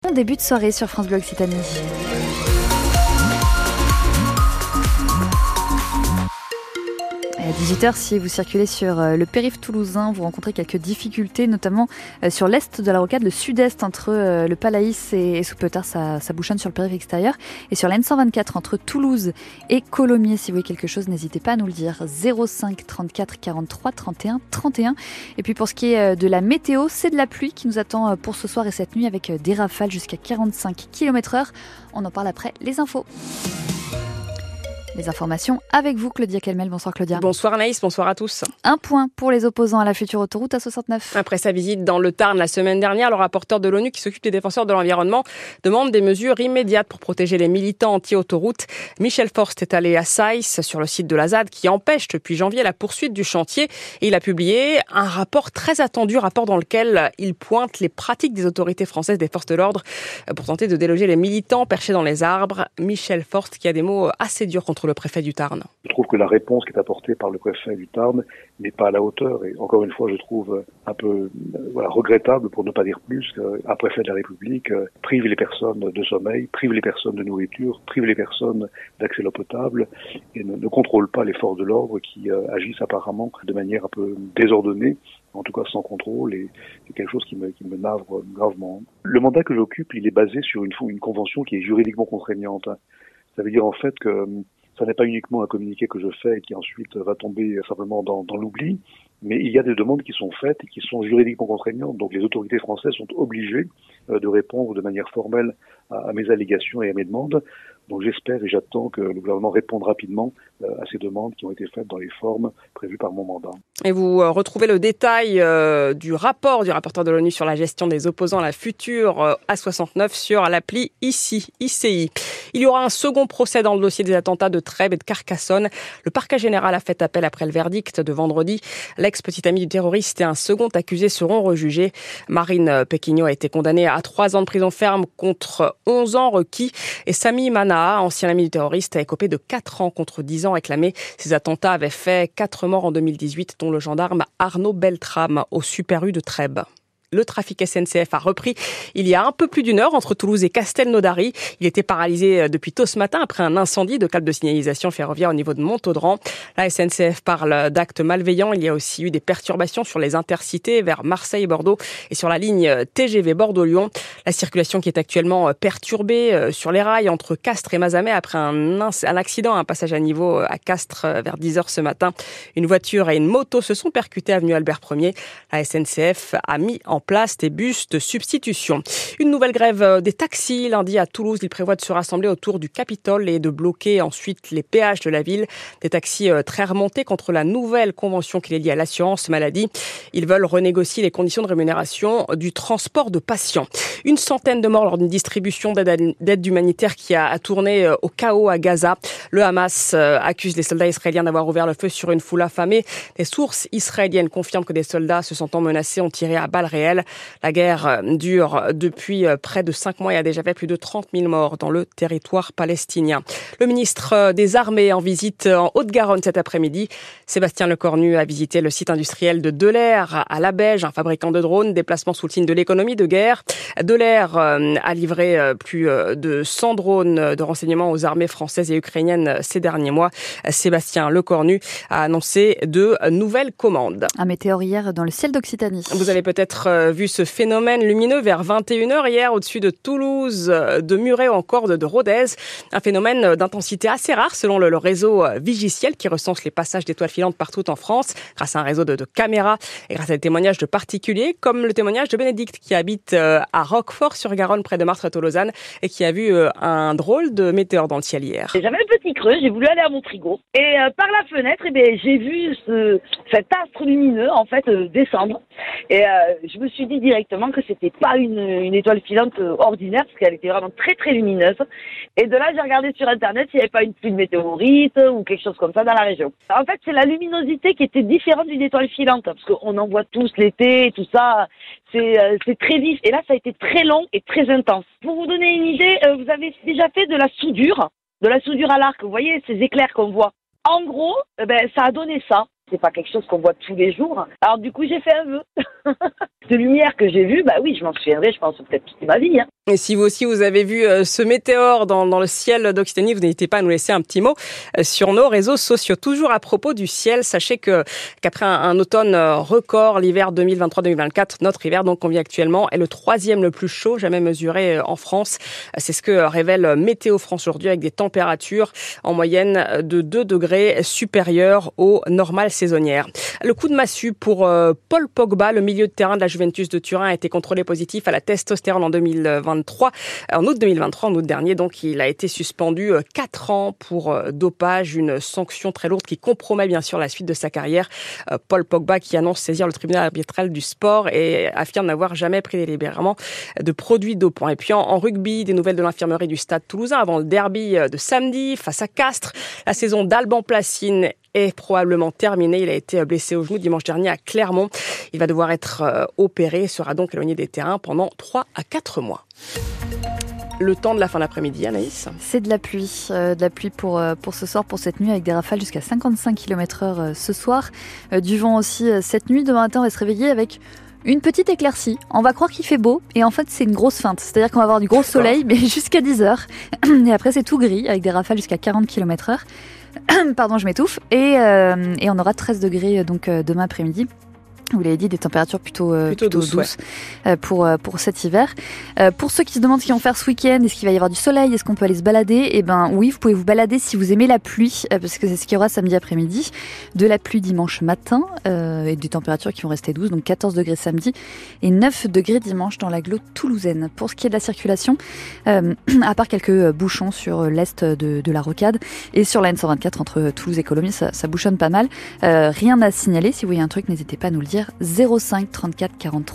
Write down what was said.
bon début de soirée sur France Bleu Occitanie. À 18h, si vous circulez sur le périph' toulousain, vous rencontrez quelques difficultés, notamment sur l'est de la rocade, le sud-est entre le Palaïs et Soupetard, ça bouchonne sur le périph' extérieur. Et sur la N124 entre Toulouse et Colomiers, si vous voyez quelque chose, n'hésitez pas à nous le dire. 05 34 43 31 31. Et puis pour ce qui est de la météo, c'est de la pluie qui nous attend pour ce soir et cette nuit avec des rafales jusqu'à 45 km/h. On en parle après les infos. Les informations avec vous, Claudia Kelmel. Bonsoir Claudia. Bonsoir Anaïs, bonsoir à tous. Un point pour les opposants à la future autoroute A69. Après sa visite dans le Tarn la semaine dernière, le rapporteur de l'ONU qui s'occupe des défenseurs de l'environnement demande des mesures immédiates pour protéger les militants anti-autoroute. Michel Forst est allé à Saïs, sur le site de la ZAD, qui empêche depuis janvier la poursuite du chantier. Et il a publié un rapport très attendu, rapport dans lequel il pointe les pratiques des autorités françaises des forces de l'ordre pour tenter de déloger les militants perchés dans les arbres. Michel Forst qui a des mots assez durs contre le préfet du Tarn. Je trouve que la réponse qui est apportée par le préfet du Tarn n'est pas à la hauteur et encore une fois je trouve un peu regrettable, pour ne pas dire plus, qu'un préfet de la République prive les personnes de sommeil, prive les personnes de nourriture, prive les personnes d'accès à l'eau potable et ne contrôle pas les forces de l'ordre qui agissent apparemment de manière un peu désordonnée, en tout cas sans contrôle, et c'est quelque chose qui me navre gravement. Le mandat que j'occupe, il est basé sur une convention qui est juridiquement contraignante. Ça veut dire en fait que ça n'est pas uniquement un communiqué que je fais et qui ensuite va tomber simplement dans l'oubli, mais il y a des demandes qui sont faites et qui sont juridiquement contraignantes. Donc les autorités françaises sont obligées de répondre de manière formelle à mes allégations et à mes demandes. Donc j'espère et j'attends que le gouvernement réponde rapidement à ces demandes qui ont été faites dans les formes prévues par mon mandat. Et vous retrouvez le détail du rapport du rapporteur de l'ONU sur la gestion des opposants à la future A69 sur l'appli ICI. Il y aura un second procès dans le dossier des attentats de Trèbes et de Carcassonne. Le parquet général a fait appel après le verdict de vendredi. L'ex-petite amie du terroriste et un second accusé seront rejugés. Marine Péquignot a été condamnée à 3 ans de prison ferme contre 11 ans requis. Et Sami Mana, ancien ami du terroriste, a écopé de 4 ans contre 10 ans réclamés. Ces attentats avaient fait 4 morts en 2018, dont le gendarme Arnaud Beltrame au Super U de Trèbes. Le trafic SNCF a repris il y a un peu plus d'une heure entre Toulouse et Castelnaudary. Il était paralysé depuis tôt ce matin après un incendie de câble de signalisation ferroviaire au niveau de Montaudran. La SNCF parle d'actes malveillants. Il y a aussi eu des perturbations sur les intercités vers Marseille et Bordeaux et sur la ligne TGV Bordeaux-Lyon. La circulation qui est actuellement perturbée sur les rails entre Castres et Mazamet après un accident, un passage à niveau à Castres vers 10h ce matin. Une voiture et une moto se sont percutées avenue Albert Ier. La SNCF a mis en place des bus de substitution. Une nouvelle grève des taxis lundi à Toulouse. Ils prévoient de se rassembler autour du Capitole et de bloquer ensuite les péages de la ville. Des taxis très remontés contre la nouvelle convention qui les lie à l'assurance maladie. Ils veulent renégocier les conditions de rémunération du transport de patients. Une centaine de morts lors d'une distribution d'aide humanitaire qui a tourné au chaos à Gaza. Le Hamas accuse les soldats israéliens d'avoir ouvert le feu sur une foule affamée. Des sources israéliennes confirment que des soldats se sentant menacés ont tiré à balles réelles. La guerre dure depuis près de 5 mois et a déjà fait plus de 30 000 morts dans le territoire palestinien. Le ministre des Armées en visite en Haute-Garonne cet après-midi. Sébastien Lecornu a visité le site industriel de Delair à La Beige, un fabricant de drones, déplacement sous le signe de l'économie de guerre. Delair a livré plus de 100 drones de renseignement aux armées françaises et ukrainiennes ces derniers mois. Sébastien Lecornu a annoncé de nouvelles commandes. Un météore hier dans le ciel d'Occitanie. Vous avez peut-être vu ce phénomène lumineux vers 21h hier au-dessus de Toulouse, de Muret ou encore de Rodez. Un phénomène d'intensité assez rare selon le réseau Vigiciel qui recense les passages d'étoiles filantes partout en France grâce à un réseau de caméras et grâce à des témoignages de particuliers comme le témoignage de Bénédicte qui habite à Roquefort-sur-Garonne près de Martres-et-Lausanne et qui a vu un drôle de météore dans le ciel hier. J'avais un petit creux, j'ai voulu aller à mon frigo et par la fenêtre j'ai vu cet astre lumineux en fait descendre et je me suis dit directement que c'était pas une étoile filante ordinaire parce qu'elle était vraiment très très lumineuse. Et de là, j'ai regardé sur internet s'il n'y avait pas une pluie de météorites ou quelque chose comme ça dans la région. En fait, c'est la luminosité qui était différente d'une étoile filante parce qu'on en voit tous l'été et tout ça. C'est très vif. Et là, ça a été très long et très intense. Pour vous donner une idée, vous avez déjà fait de la soudure à l'arc. Vous voyez ces éclairs qu'on voit. En gros, ça a donné ça. C'est pas quelque chose qu'on voit tous les jours. Alors du coup, j'ai fait un vœu. Cette lumière que j'ai vue, oui, je m'en souviendrai, je pense, peut-être toute ma vie. Et si vous aussi vous avez vu ce météore dans le ciel d'Occitanie, vous n'hésitez pas à nous laisser un petit mot sur nos réseaux sociaux. Toujours à propos du ciel, sachez qu'après un automne record, l'hiver 2023-2024, notre hiver donc qu'on vit actuellement est le 3e le plus chaud jamais mesuré en France. C'est ce que révèle Météo France aujourd'hui, avec des températures en moyenne de 2 degrés supérieures aux normales saisonnières. Le coup de massue pour Paul Pogba, le milieu de terrain de la Juventus de Turin, a été contrôlé positif à la testostérone en 2023. En août 2023, en août dernier, donc il a été suspendu 4 ans pour dopage, une sanction très lourde qui compromet bien sûr la suite de sa carrière. Paul Pogba qui annonce saisir le tribunal arbitral du sport et affirme n'avoir jamais pris délibérément de produits dopants. Et puis en rugby, des nouvelles de l'infirmerie du Stade Toulousain avant le derby de samedi face à Castres. La saison d'Alban Placine est probablement terminé. Il a été blessé au genou dimanche dernier à Clermont. Il va devoir être opéré et sera donc éloigné des terrains pendant 3 à 4 mois. Le temps de la fin d'après-midi, Anaïs. C'est de la pluie pour ce soir, pour cette nuit, avec des rafales jusqu'à 55 km/h ce soir. Du vent aussi cette nuit. Demain matin, on va se réveiller avec une petite éclaircie. On va croire qu'il fait beau et en fait c'est une grosse feinte. C'est-à-dire qu'on va avoir du gros soleil mais jusqu'à 10h. Et après c'est tout gris avec des rafales jusqu'à 40 km/h. Pardon, je m'étouffe. Et on aura 13 degrés donc demain après-midi. Vous l'avez dit, des températures plutôt douces ouais. pour cet hiver. Pour ceux qui se demandent ce qu'ils vont faire ce week-end, est-ce qu'il va y avoir du soleil, est-ce qu'on peut aller se balader ? Eh ben oui, vous pouvez vous balader si vous aimez la pluie, parce que c'est ce qu'il y aura samedi après-midi. De la pluie dimanche matin et des températures qui vont rester douces, donc 14 degrés samedi et 9 degrés dimanche dans l'agglo toulousaine. Pour ce qui est de la circulation, à part quelques bouchons sur l'est de la Rocade et sur la N124 entre Toulouse et Colomiers, ça bouchonne pas mal. Rien à signaler. Si vous voyez un truc, n'hésitez pas à nous le dire. 05 34 43